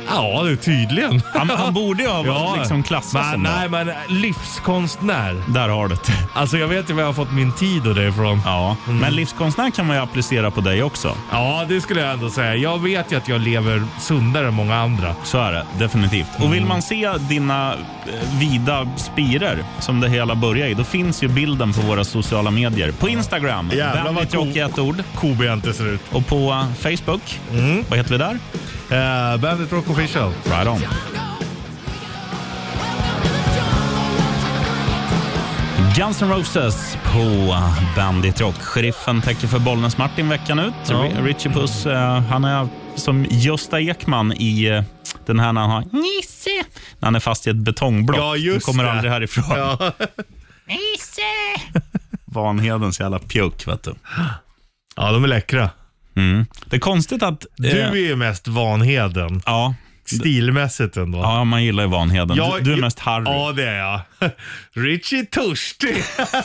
Ja, det är tydligen. Han borde ju ha liksom klassat som nej, men livskonstnär. Där har du det. Alltså jag vet ju var jag har fått min tid och det ifrån. Ja, men livskonstnär kan man ju applicera på dig också. Ja, det skulle jag ändå säga. Jag vet ju att jag lever sundare än många andra. Så är det, definitivt. Och vill man se dina vida spirer som det hela börjar i, då finns ju bilden på våra sociala medier. På Instagram, Bandit Rock i ett ord. Kobente ser ut. Och på Facebook, vad heter vi där? Bandit Rock Official. Right on. Guns N' Roses på Bandit Rock. Sheriffen täcker för Bollnäs Martin veckan ut. Ja. Richie Puss, han är som Gösta Ekman i den här när han har Nisse. När han är fast i ett betongblock. Ja, just kommer det. aldrig härifrån. Ja. Nisse! Vanhedens jävla pjuck, vet du. Ja, de är läckra. Det är konstigt att... Du är ju mest Vanheden. Ja. Stilmässigt ändå. Ja, man gillar ju Vanheden. Du är mest Harry. Ja, det är jag. Richie Törstig.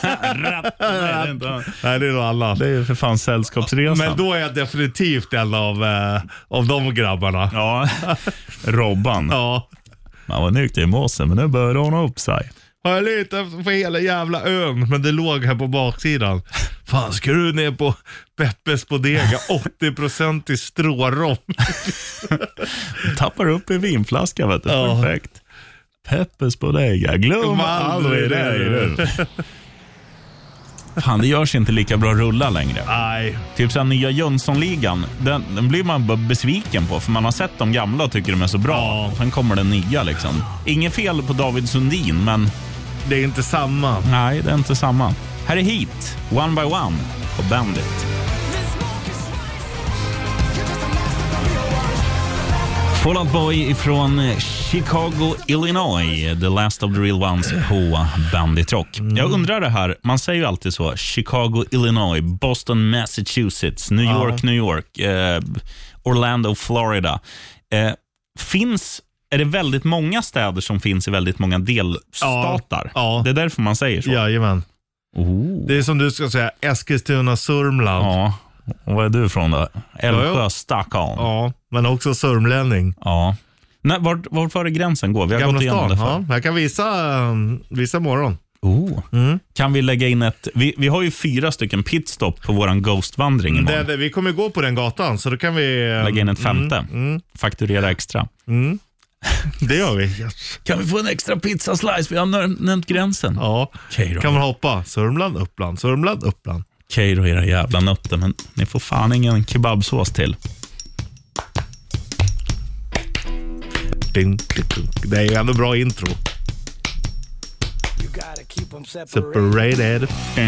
Nej, det är nog alla. Det är ju för fan Sällskapsresan. Men då är jag definitivt en av de grabbarna. Ja, Robban. Ja. Man var nykter i måsen, men nu börjar ordna upp sig. Har jag letat för hela jävla ön, men det låg här på baksidan. Fan, ska du ner på Peppes Bodega 80% i strårom. Tappar upp i vinflaska, vet du. Ja. Perfekt. Peppes Bodega, glöm aldrig det. Fan, det görs inte lika bra rulla längre. Nej. Typ såhär nya Jönssonligan, den blir man bara besviken på, för man har sett de gamla och tycker de är så bra. Ja. Sen kommer den nya liksom. Ingen fel på David Sundin, men det är inte samma. Nej, det är inte samma. Här är Heat, One by One på Bandit. Fall Out Boy från Chicago, Illinois. The Last of the Real Ones på Bandit Rock. Jag undrar det här, man säger ju alltid så. Chicago, Illinois, Boston, Massachusetts, New York, New York, Orlando, Florida. Är det väldigt många städer som finns i väldigt många delstater? Ja. Det är därför man säger så. Jajamän. Det är som du ska säga, Eskilstuna, Sörmland. Ja. Och vad är du från då? Älvsjö, Stockholm. Ja, men också sörmlänning. Ja. Nej, vart var det gränsen går? Vi har gått igenom det för. Ja, jag kan visa morgon. Kan vi lägga in ett... Vi har ju 4 stycken pitstop på våran Ghostvandring imorgon. Vi kommer gå på den gatan, så då kan vi... lägga in ett 5:e. Fakturera extra. Det gör vi. Kan vi få en extra pizzaslice? Vi har nämnt gränsen. Ja, kan man hoppa. Sörmland, Uppland. Sörmland, Uppland. Okej då, era jävla nötter, men ni får fan ingen kebabsås till. Det är ju ändå bra intro. Separated.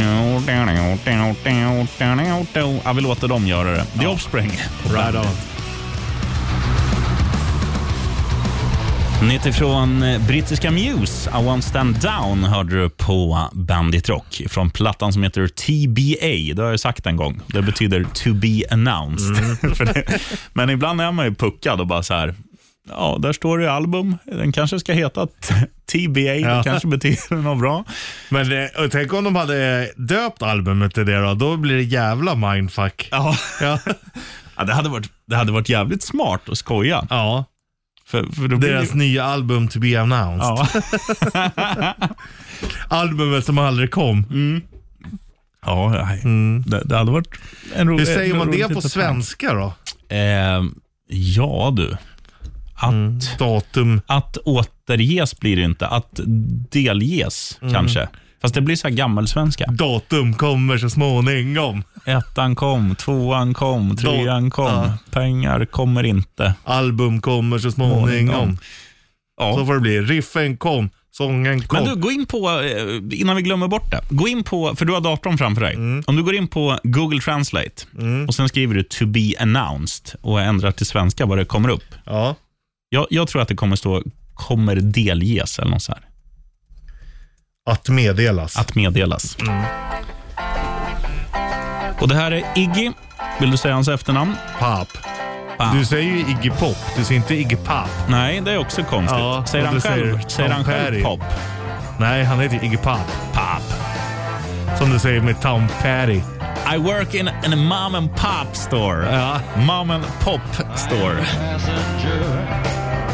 Ja, vi låter dem göra det. The Offspring. Right on. Nytt ifrån brittiska Muse, I Won't Stand Down, hörde du på Bandit Rock från plattan som heter TBA. Det har jag sagt en gång. Det betyder to be announced. Men ibland är man ju puckad och bara så här, ja, där står det album. Den kanske ska heta TBA. Det kanske betyder något bra. Men tänk om de hade döpt albumet till det då blir det jävla mindfuck. Ja. Ja, det hade varit jävligt smart att skoja. Ja. För då deras nya album to be announced. Ja. Albumet som aldrig kom. Ja, det hade varit en rolig. Hur säger man det på svenska då? Ja du. Datum. Att återges blir det inte. Att delges kanske. Fast det blir så här gammelsvenska. Datum kommer så småningom. 1:an kom, 2:an kom, 3:an kom. Pengar kommer inte. Album kommer så småningom. Ja. Så får det bli. Riffen kom, sången kom. Men du, gå in på, innan vi glömmer bort det. Gå in på, för du har datorn framför dig. Om du går in på Google Translate och sen skriver du to be announced och ändrar till svenska vad det kommer upp. Ja. Jag tror att det kommer stå kommer delges eller något så här. Att meddelas. Att meddelas. Och det här är Iggy. Vill du säga hans efternamn? Pop. Du säger ju Iggy Pop. Du säger inte Iggy Pop. Nej, det är också konstigt. Ja, säger han själv Pop? Nej, han heter Iggy Pop. Pop. Som du säger med Tom Petty. I work in a mom and pop store. Ja. Mom and pop store.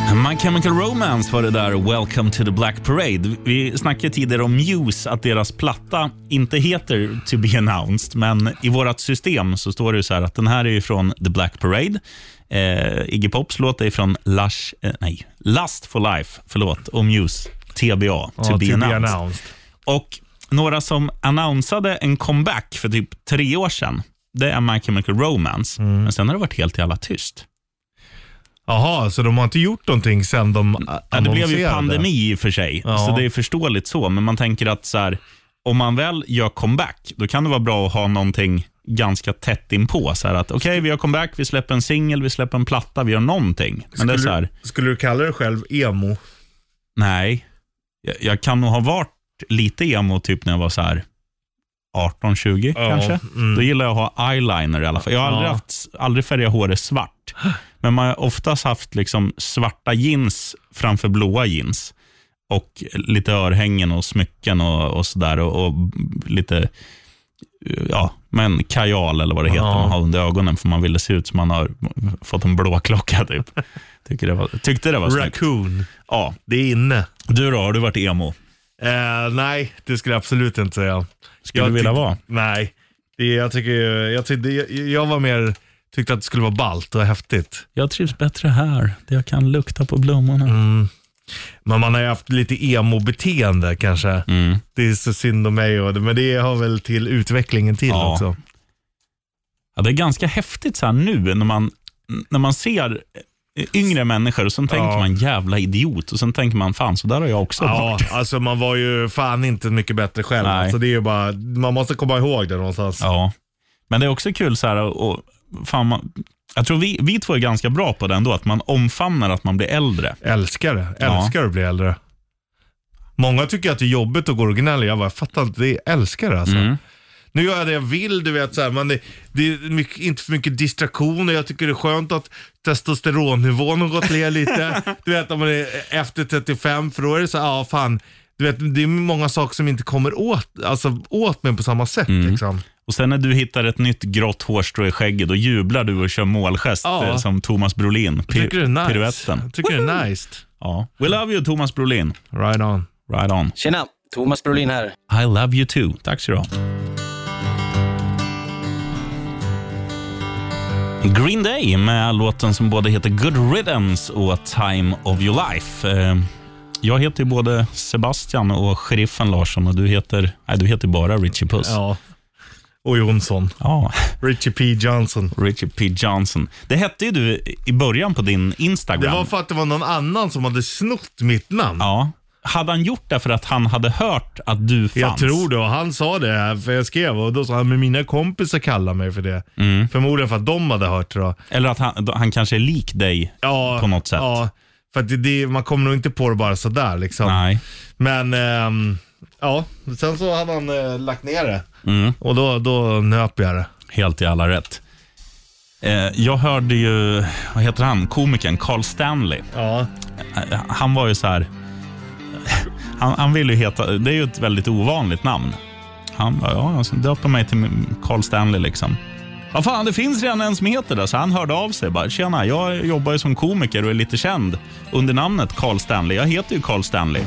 My Chemical Romance var det där, Welcome to the Black Parade. Vi snackade tidigare om Muse, att deras platta inte heter To Be Announced, men i vårat system så står det så här att den här är från The Black Parade. Iggy Pops låt är från Lust for Life, och Muse, TBA, To Be Announced. Och några som annonsade en comeback för typ 3 år sedan, det är My Chemical Romance. Men sen har det varit helt jävla tyst. Jaha, så de har inte gjort någonting sen de annonserade? Det blev ju pandemi i för sig, så det är förståeligt så. Men man tänker att så här, om man väl gör comeback, då kan det vara bra att ha någonting ganska tätt inpå. Så här att okej, vi gör comeback, vi släpper en singel, vi släpper en platta, vi gör någonting. Men det är så här, skulle du kalla dig själv emo? Nej, jag kan nog ha varit lite emo typ när jag var så här 18-20 kanske. Då gillar jag att ha eyeliner i alla fall. Jag har aldrig färgat håret svart. Men man har oftast haft liksom svarta jeans framför blåa jeans. Och lite örhängen och smycken och sådär. Och lite, men kajal eller vad det heter man har under ögonen. För man ville se ut som man har fått en blå klocka typ. Tyckte det var snyggt. Raccoon. Ja. Det är inne. Du då, har du varit emo? Nej, det skulle jag absolut inte säga. Skulle du vilja vara? Nej, jag var mer tyckte att det skulle vara ballt och häftigt. Jag trivs bättre här, där jag kan lukta på blommorna. Men man har ju haft lite emo-beteende kanske. Det är så synd om mig, men det har väl till utvecklingen till också. Ja, det är ganska häftigt så här nu när man ser yngre människor och sen tänker man jävla idiot och sen tänker man fan så där har jag också varit. Alltså man var ju fan inte mycket bättre själv. Alltså det är ju bara, man måste komma ihåg det någonstans. Ja, men det är också kul så här och fan jag tror vi två är ganska bra på det ändå, att man omfamnar att man blir äldre. Älskar att bli äldre. Många tycker att det är jobbigt att gå originell. Jag fattar inte, det älskar det alltså. Nu gör jag det jag vill, du vet så här, men det är inte för mycket distraktioner. Jag tycker det är skönt att testosteronnivån har gått ner lite. Du vet, om man är efter 35, för då är det så här, fan, du vet, det är många saker som inte kommer åt mig på samma sätt liksom. Och sen när du hittar ett nytt grått hårstrå i skägget, då jublar du och kör målgest som Thomas Brolin. Tycker det är nice. Piruetten. Tycker det är nice. Ja. We love you, Thomas Brolin. Right on. Right on. Tjena, Thomas Brolin här. I love you too. Tack så du ha. Green Day med låten som både heter Good Riddance och Time of Your Life. Jag heter ju både Sebastian och Sheriffen Larsson och du heter bara Richie Puss. Ja. Och Jonsson. Ja. Richie P. Johnson. Richie P. Johnson. Det hette ju du i början på din Instagram. Det var för att det var någon annan som hade snott mitt namn. Ja. Hade han gjort det för att han hade hört att du fanns? Jag tror det, och han sa det för jag skrev och då sa han, men mina kompisar kallar mig för det. Förmodligen för att de hade hört det då. Eller att han kanske är lik dig på något sätt. Ja, för att man kommer nog inte på det bara sådär liksom. Nej. Men sen så hade han lagt ner det. Och då nöp jag det. Helt jävla rätt. Jag hörde ju, vad heter han? Komikern Carl Stanley. Ja. Han var ju så här. Han ville ju heta, det är ju ett väldigt ovanligt namn. Han bara, döpte mig till Carl Stanley liksom. Ja fan, det finns redan en som heter det. Så han hörde av sig bara, tjena, jag jobbar ju som komiker och är lite känd under namnet Carl Stanley. Jag heter ju Carl Stanley.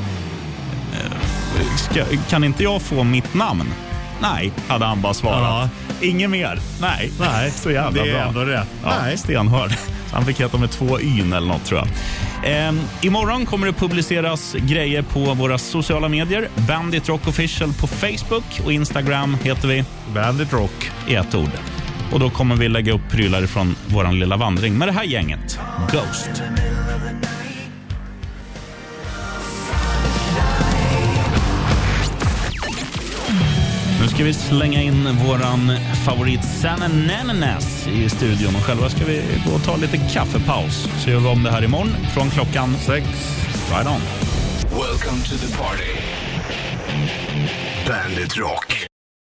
Kan inte jag få mitt namn? Nej, hade han bara svarat. Ja. Inget mer. Nej, så jävla bra. Det är ändå rätt. Ja, nej. Stenhörd. Så han fick heta med 2 yn eller något tror jag. Imorgon kommer det publiceras grejer på våra sociala medier. Bandit Rock Official på Facebook och Instagram heter vi Bandit Rock i ett ord. Och då kommer vi lägga upp prylar från våran lilla vandring med det här gänget. Ghost. Nu ska vi slänga in våran favorit Sanna Nananas i studion och själva ska vi gå och ta lite kaffepaus. Så gör vi om det här imorgon från klockan 6. Right on. Welcome to the party. Bandit Rock.